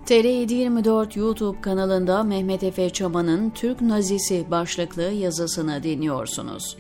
TR724 YouTube kanalında Mehmet Efe Çaman'ın Türk Nazisi başlıklı yazısını dinliyorsunuz.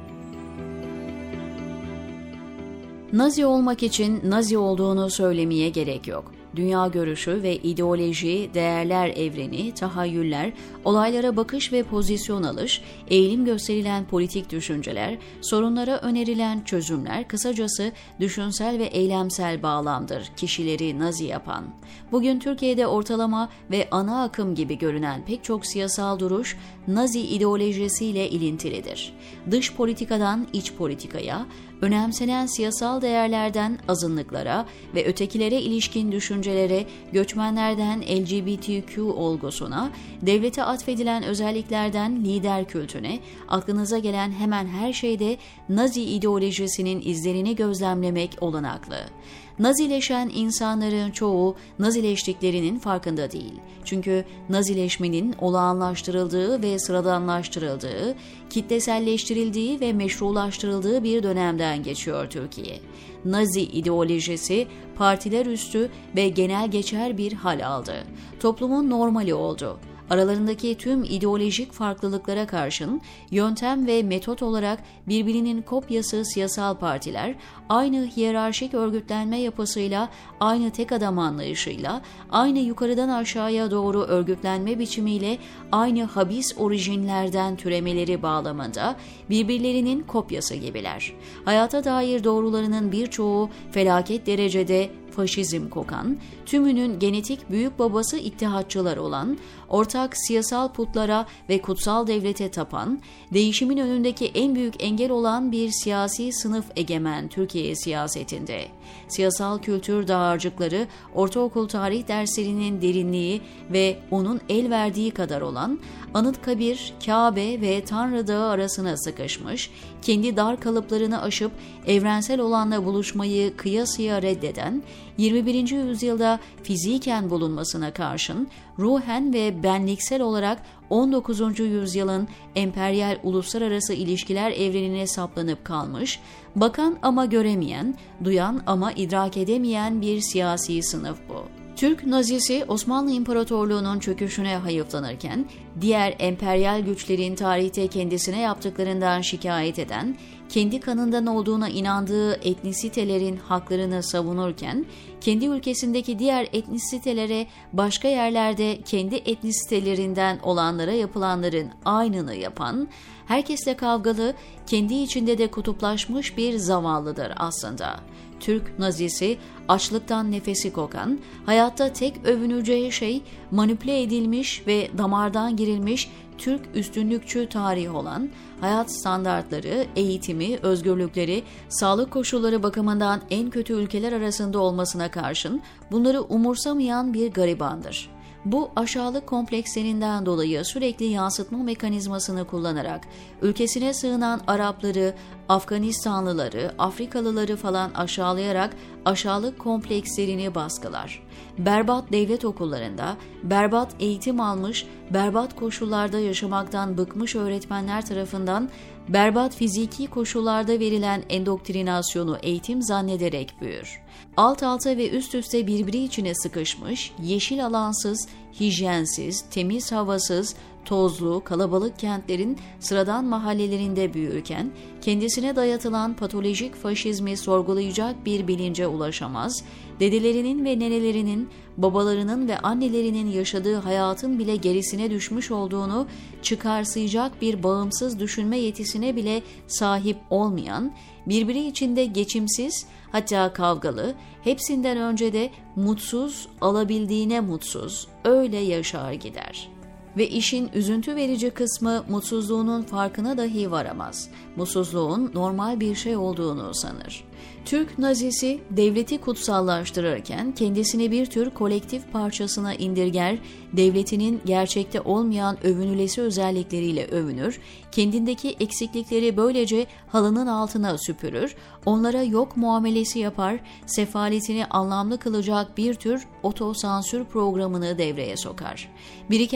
Nazi olmak için Nazi olduğunu söylemeye gerek yok. Dünya görüşü ve ideoloji, değerler evreni, tahayyüller, olaylara bakış ve pozisyon alış, eğilim gösterilen politik düşünceler, sorunlara önerilen çözümler, kısacası düşünsel ve eylemsel bağlamdır kişileri Nazi yapan. Bugün Türkiye'de ortalama ve ana akım gibi görünen pek çok siyasal duruş, Nazi ideolojisiyle ilintilidir. Dış politikadan iç politikaya, önemsenen siyasal değerlerden azınlıklara ve ötekilere ilişkin düşüncelere, göçmenlerden LGBTQ olgusuna, devlete atfedilen özelliklerden lider kültüne, aklınıza gelen hemen her şeyde Nazi ideolojisinin izlerini gözlemlemek olanaklı. Nazileşen insanların çoğu Nazileştiklerinin farkında değil. Çünkü Nazileşmenin olağanlaştırıldığı ve sıradanlaştırıldığı, kitleselleştirildiği ve meşrulaştırıldığı bir dönemden geçiyor Türkiye. Nazi ideolojisi partiler üstü ve genel geçer bir hal aldı. Toplumun normali oldu. Aralarındaki tüm ideolojik farklılıklara karşın yöntem ve metot olarak birbirinin kopyası siyasal partiler, aynı hiyerarşik örgütlenme yapısıyla, aynı tek adam anlayışıyla, aynı yukarıdan aşağıya doğru örgütlenme biçimiyle, aynı habis orijinlerden türemeleri bağlamında birbirlerinin kopyası gibiler. Hayata dair doğrularının birçoğu felaket derecede faşizm kokan, tümünün genetik büyük babası ittihatçılar olan, ortak siyasal putlara ve kutsal devlete tapan, değişimin önündeki en büyük engel olan bir siyasi sınıf egemen Türkiye siyasetinde. Siyasal kültür dağarcıkları, ortaokul tarih derslerinin derinliği ve onun el verdiği kadar olan, Anıtkabir, Kabe ve Tanrı Dağı arasına sıkışmış, kendi dar kalıplarını aşıp evrensel olanla buluşmayı kıyasıya reddeden, 21. yüzyılda fiziken bulunmasına karşın ruhen ve benliksel olarak 19. yüzyılın emperyal uluslararası ilişkiler evrenine saplanıp kalmış, bakan ama göremeyen, duyan ama idrak edemeyen bir siyasi sınıf bu. Türk Nazisi Osmanlı İmparatorluğu'nun çöküşüne hayıflanırken, diğer emperyal güçlerin tarihte kendisine yaptıklarından şikayet eden, kendi kanından olduğuna inandığı etnisitelerin haklarını savunurken, kendi ülkesindeki diğer etnisitelere başka yerlerde kendi etnisitelerinden olanlara yapılanların aynını yapan, herkesle kavgalı, kendi içinde de kutuplaşmış bir zavallıdır aslında. Türk Nazisi, açlıktan nefesi kokan, hayatta tek övüneceği şey manipüle edilmiş ve damardan girilmiş Türk üstünlükçü tarih olan, hayat standartları, eğitimi, özgürlükleri, sağlık koşulları bakımından en kötü ülkeler arasında olmasına karşın bunları umursamayan bir garibandır. Bu aşağılık komplekslerinden dolayı sürekli yansıtma mekanizmasını kullanarak ülkesine sığınan Arapları, Afganistanlıları, Afrikalıları falan aşağılayarak aşağılık komplekslerini baskılar. Berbat devlet okullarında, berbat eğitim almış, berbat koşullarda yaşamaktan bıkmış öğretmenler tarafından berbat fiziki koşullarda verilen endoktrinasyonu eğitim zannederek büyür. Alt alta ve üst üste birbiri içine sıkışmış, yeşil alansız, hijyensiz, temiz havasız, tozlu, kalabalık kentlerin sıradan mahallelerinde büyürken, kendisine dayatılan patolojik faşizmi sorgulayacak bir bilince ulaşamaz, dedelerinin ve nenelerinin, babalarının ve annelerinin yaşadığı hayatın bile gerisine düşmüş olduğunu çıkarsayacak bir bağımsız düşünme yetisine bile sahip olmayan, birbiri içinde geçimsiz, hatta kavgalı, hepsinden önce de mutsuz, alabildiğine mutsuz, öyle yaşar gider. Ve işin üzüntü verici kısmı mutsuzluğunun farkına dahi varamaz. Mutsuzluğun normal bir şey olduğunu sanır. Türk Nazisi devleti kutsallaştırırken kendisini bir tür kolektif parçasına indirger, devletinin gerçekte olmayan övünülesi özellikleriyle övünür, kendindeki eksiklikleri böylece halının altına süpürür, onlara yok muamelesi yapar, sefaletini anlamlı kılacak bir tür otosansür programını devreye sokar. Biriken nefret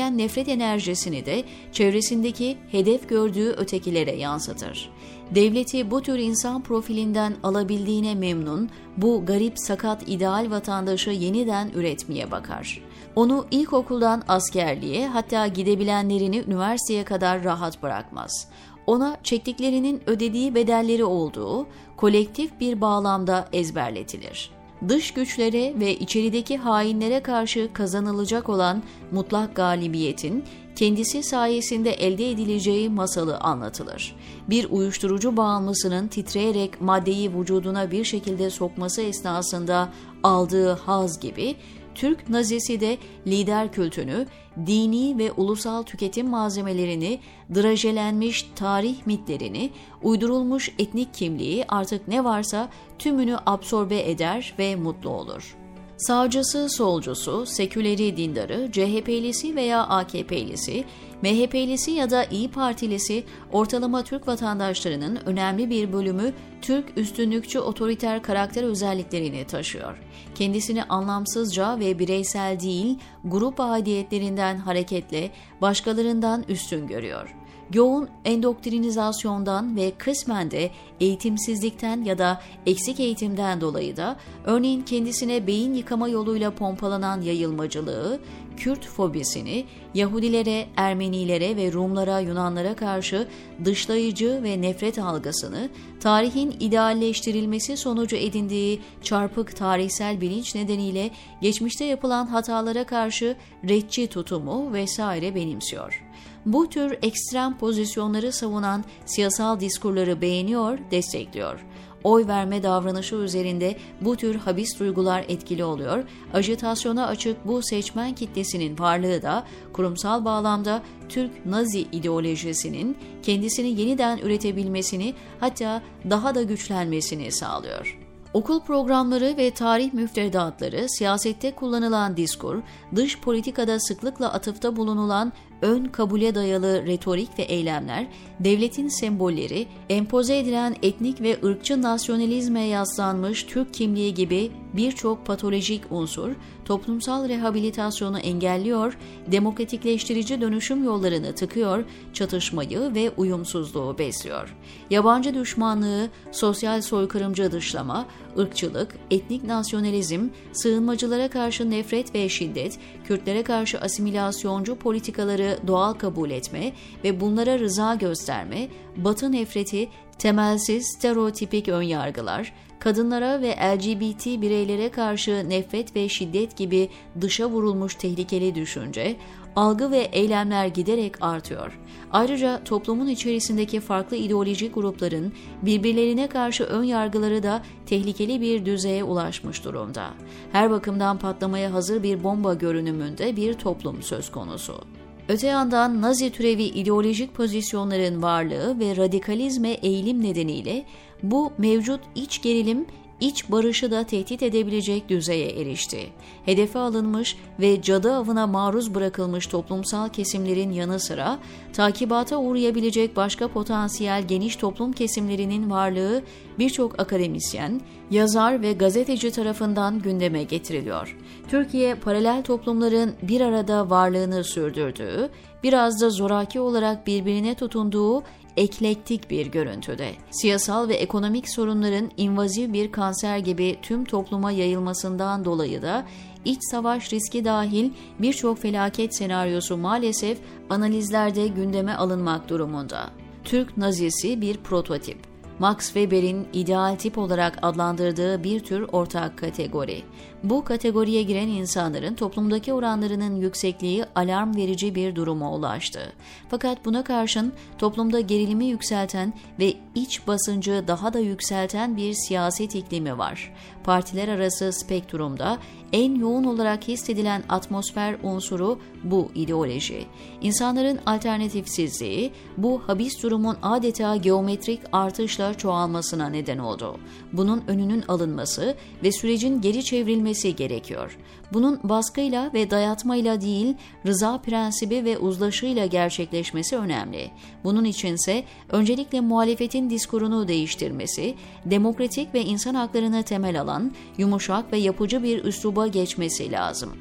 muhalefet enerjisini de çevresindeki hedef gördüğü ötekilere yansıtır. Devleti bu tür insan profilinden alabildiğine memnun, bu garip sakat ideal vatandaşı yeniden üretmeye bakar. Onu ilkokuldan askerliğe, hatta gidebilenlerini üniversiteye kadar rahat bırakmaz. Ona çektiklerinin ödediği bedelleri olduğu kolektif bir bağlamda ezberletilir. Dış güçlere ve içerideki hainlere karşı kazanılacak olan mutlak galibiyetin kendisi sayesinde elde edileceği masalı anlatılır. Bir uyuşturucu bağımlısının titreyerek maddeyi vücuduna bir şekilde sokması esnasında aldığı haz gibi, Türk Nazisi de lider kültünü, dini ve ulusal tüketim malzemelerini, drajelenmiş tarih mitlerini, uydurulmuş etnik kimliği, artık ne varsa tümünü absorbe eder ve mutlu olur. Sağcısı, solcusu, seküleri, dindarı, CHP'lisi veya AKP'lisi, MHP'lisi ya da İyi Partilisi, ortalama Türk vatandaşlarının önemli bir bölümü Türk üstünlükçü otoriter karakter özelliklerini taşıyor. Kendisini anlamsızca ve bireysel değil, grup aidiyetlerinden hareketle başkalarından üstün görüyor. Yoğun endoktrinizasyondan ve kısmen de eğitimsizlikten ya da eksik eğitimden dolayı da, örneğin kendisine beyin yıkama yoluyla pompalanan yayılmacılığı, Kürt fobisini, Yahudilere, Ermenilere ve Rumlara, Yunanlara karşı dışlayıcı ve nefret algısını, tarihin idealleştirilmesi sonucu edindiği çarpık tarihsel bilinç nedeniyle geçmişte yapılan hatalara karşı retçi tutumu vesaire benimsiyor. Bu tür ekstrem pozisyonları savunan siyasal diskurları beğeniyor, destekliyor. Oy verme davranışı üzerinde bu tür habis duygular etkili oluyor, ajitasyona açık bu seçmen kitlesinin varlığı da kurumsal bağlamda Türk Nazi ideolojisinin kendisini yeniden üretebilmesini, hatta daha da güçlenmesini sağlıyor. Okul programları ve tarih müfredatları, siyasette kullanılan diskur, dış politikada sıklıkla atıfta bulunulan ön kabule dayalı retorik ve eylemler, devletin sembolleri, empoze edilen etnik ve ırkçı nasyonalizme yaslanmış Türk kimliği gibi birçok patolojik unsur, toplumsal rehabilitasyonu engelliyor, demokratikleştirici dönüşüm yollarını tıkıyor, çatışmayı ve uyumsuzluğu besliyor. Yabancı düşmanlığı, sosyal soykırımcı dışlama, ırkçılık, etnik nasyonalizm, sığınmacılara karşı nefret ve şiddet, Kürtlere karşı asimilasyoncu politikaları doğal kabul etme ve bunlara rıza gösterme, Batı nefreti, temelsiz stereotipik önyargılar, kadınlara ve LGBT bireylere karşı nefret ve şiddet gibi dışa vurulmuş tehlikeli düşünce, algı ve eylemler giderek artıyor. Ayrıca toplumun içerisindeki farklı ideolojik grupların birbirlerine karşı ön yargıları da tehlikeli bir düzeye ulaşmış durumda. Her bakımdan patlamaya hazır bir bomba görünümünde bir toplum söz konusu. Öte yandan Nazi türevi ideolojik pozisyonların varlığı ve radikalizme eğilim nedeniyle bu mevcut iç gerilim, iç barışı da tehdit edebilecek düzeye erişti. Hedefe alınmış ve cadı avına maruz bırakılmış toplumsal kesimlerin yanı sıra takibata uğrayabilecek başka potansiyel geniş toplum kesimlerinin varlığı birçok akademisyen, yazar ve gazeteci tarafından gündeme getiriliyor. Türkiye, paralel toplumların bir arada varlığını sürdürdüğü, biraz da zoraki olarak birbirine tutunduğu eklektik bir görüntüde. Siyasal ve ekonomik sorunların invaziv bir kanser gibi tüm topluma yayılmasından dolayı da iç savaş riski dahil birçok felaket senaryosu maalesef analizlerde gündeme alınmak durumunda. Türk Nazisi bir prototip. Max Weber'in ideal tip olarak adlandırdığı bir tür ortak kategori. Bu kategoriye giren insanların toplumdaki oranlarının yüksekliği alarm verici bir duruma ulaştı. Fakat buna karşın toplumda gerilimi yükselten ve iç basıncı daha da yükselten bir siyaset iklimi var. Partiler arası spektrumda en yoğun olarak hissedilen atmosfer unsuru bu ideoloji. İnsanların alternatifsizliği bu habis durumun adeta geometrik artışla çoğalmasına neden oldu. Bunun önünün alınması ve sürecin geri çevrilmesi gerekiyor. Bunun baskıyla ve dayatmayla değil, rıza prensibi ve uzlaşıyla gerçekleşmesi önemli. Bunun içinse öncelikle muhalefetin diskurunu değiştirmesi, demokratik ve insan haklarını temel alan, yumuşak ve yapıcı bir üsluba geçmesi lazım.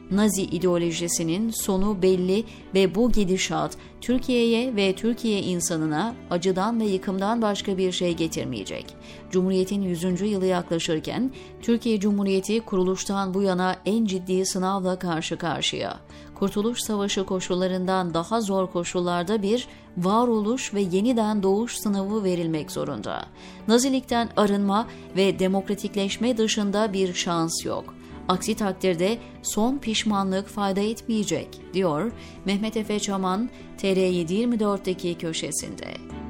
Nazi ideolojisinin sonu belli ve bu gidişat Türkiye'ye ve Türkiye insanına acıdan ve yıkımdan başka bir şey getirmeyecek. Cumhuriyet'in 100. yılı yaklaşırken Türkiye Cumhuriyeti kuruluştan bu yana en ciddi sınavla karşı karşıya. Kurtuluş Savaşı koşullarından daha zor koşullarda bir varoluş ve yeniden doğuş sınavı verilmek zorunda. Nazilikten arınma ve demokratikleşme dışında bir şans yok. Aksi takdirde son pişmanlık fayda etmeyecek, diyor Mehmet Efe Çaman, TR724'deki köşesinde.